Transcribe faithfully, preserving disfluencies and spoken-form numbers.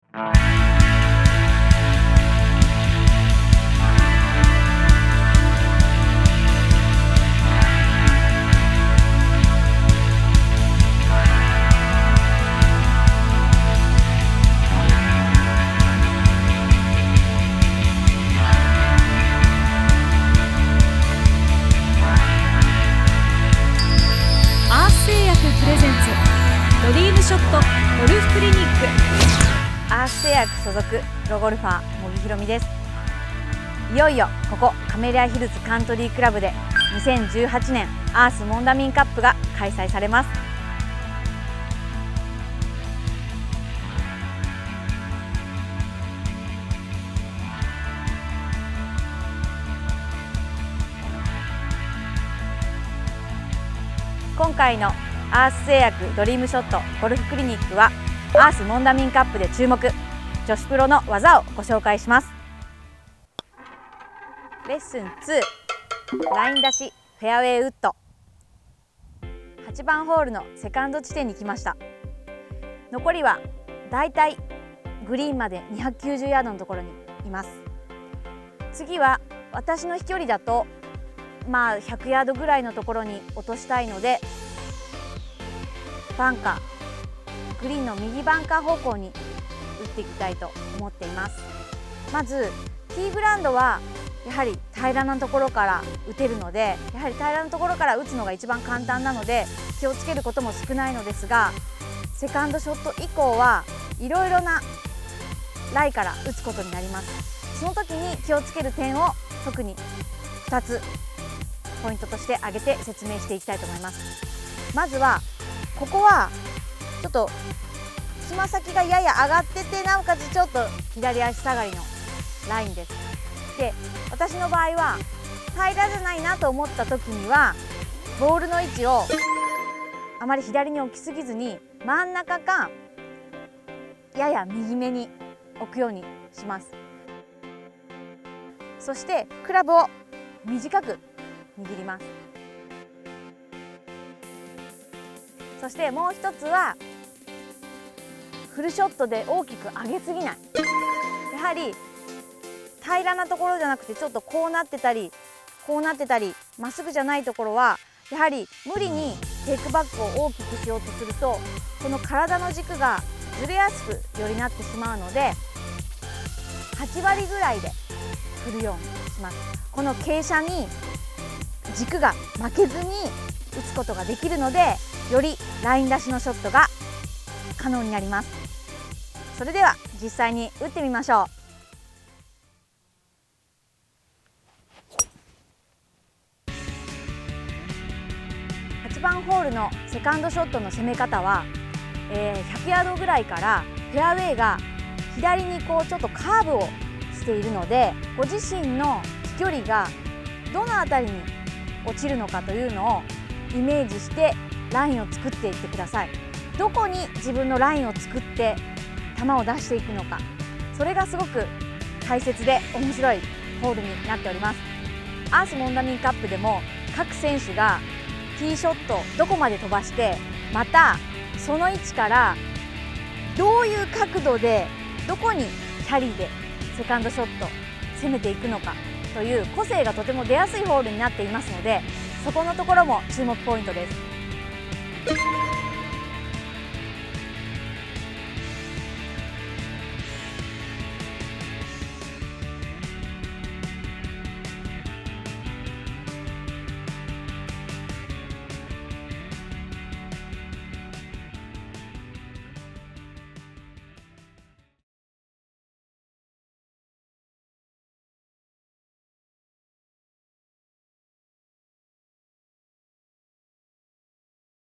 ドリームショットゴルフクリニック。 アース製薬所属プロゴルファー茂木ひろみです。いよいよここカメレアヒルズカントリークラブでにせんじゅうはちねんアースモンダミンカップが開催されます。今回のアース製薬ドリームショットゴルフクリニックはアースモンダミンカップで注目女子プロの技をご紹介します。レッスンツー、ライン出しフェアウェイウッド。はちばんホールのセカンド地点に来ました。残りはだいたいグリーンまでにひゃくきゅうじゅうヤードのところにいます。次は私の飛距離だとまあひゃくヤードぐらいのところに落としたいので、バンカーグリーンの右バンカー方向に打っていきたいと思っています。まずティーグラウンドはやはり平らなところから打てるので、やはり平らなところから打つのが一番簡単なので気をつけることも少ないのですが、セカンドショット以降はいろいろなライから打つことになります。その時に気をつける点を特にふたつポイントとして挙げて説明していきたいと思います。まずはここはちょっとつま先がやや上がってて、なおかつちょっと左足下がりのラインです。で、私の場合は平らじゃないなと思った時にはボールの位置をあまり左に置きすぎずに真ん中かやや右目に置くようにします。そしてクラブを短く握ります。そしてもう一つはフルショットで大きく上げすぎない。やはり平らなところじゃなくてちょっとこうなってたりこうなってたりまっすぐじゃないところはやはり無理にテイクバックを大きくしようとするとこの体の軸がずれやすくよりなってしまうのではちわりぐらいで振るようにします。この傾斜に軸が負けずに打つことができるので、よりライン出しのショットが可能になります。それでは実際に打ってみましょう。はちばんホールのセカンドショットの攻め方は、えー、ひゃくヤードぐらいからフェアウェイが左にこうちょっとカーブをしているので、ご自身の飛距離がどの辺りに落ちるのかというのをイメージしてラインを作っていってください。どこに自分のラインを作って球を出していくのか、それがすごく大切で面白いホールになっております。アースモンダミンカップでも各選手がティーショットどこまで飛ばして、またその位置からどういう角度でどこにキャリーでセカンドショット攻めていくのかという個性がとても出やすいホールになっていますので、そこのところも注目ポイントです。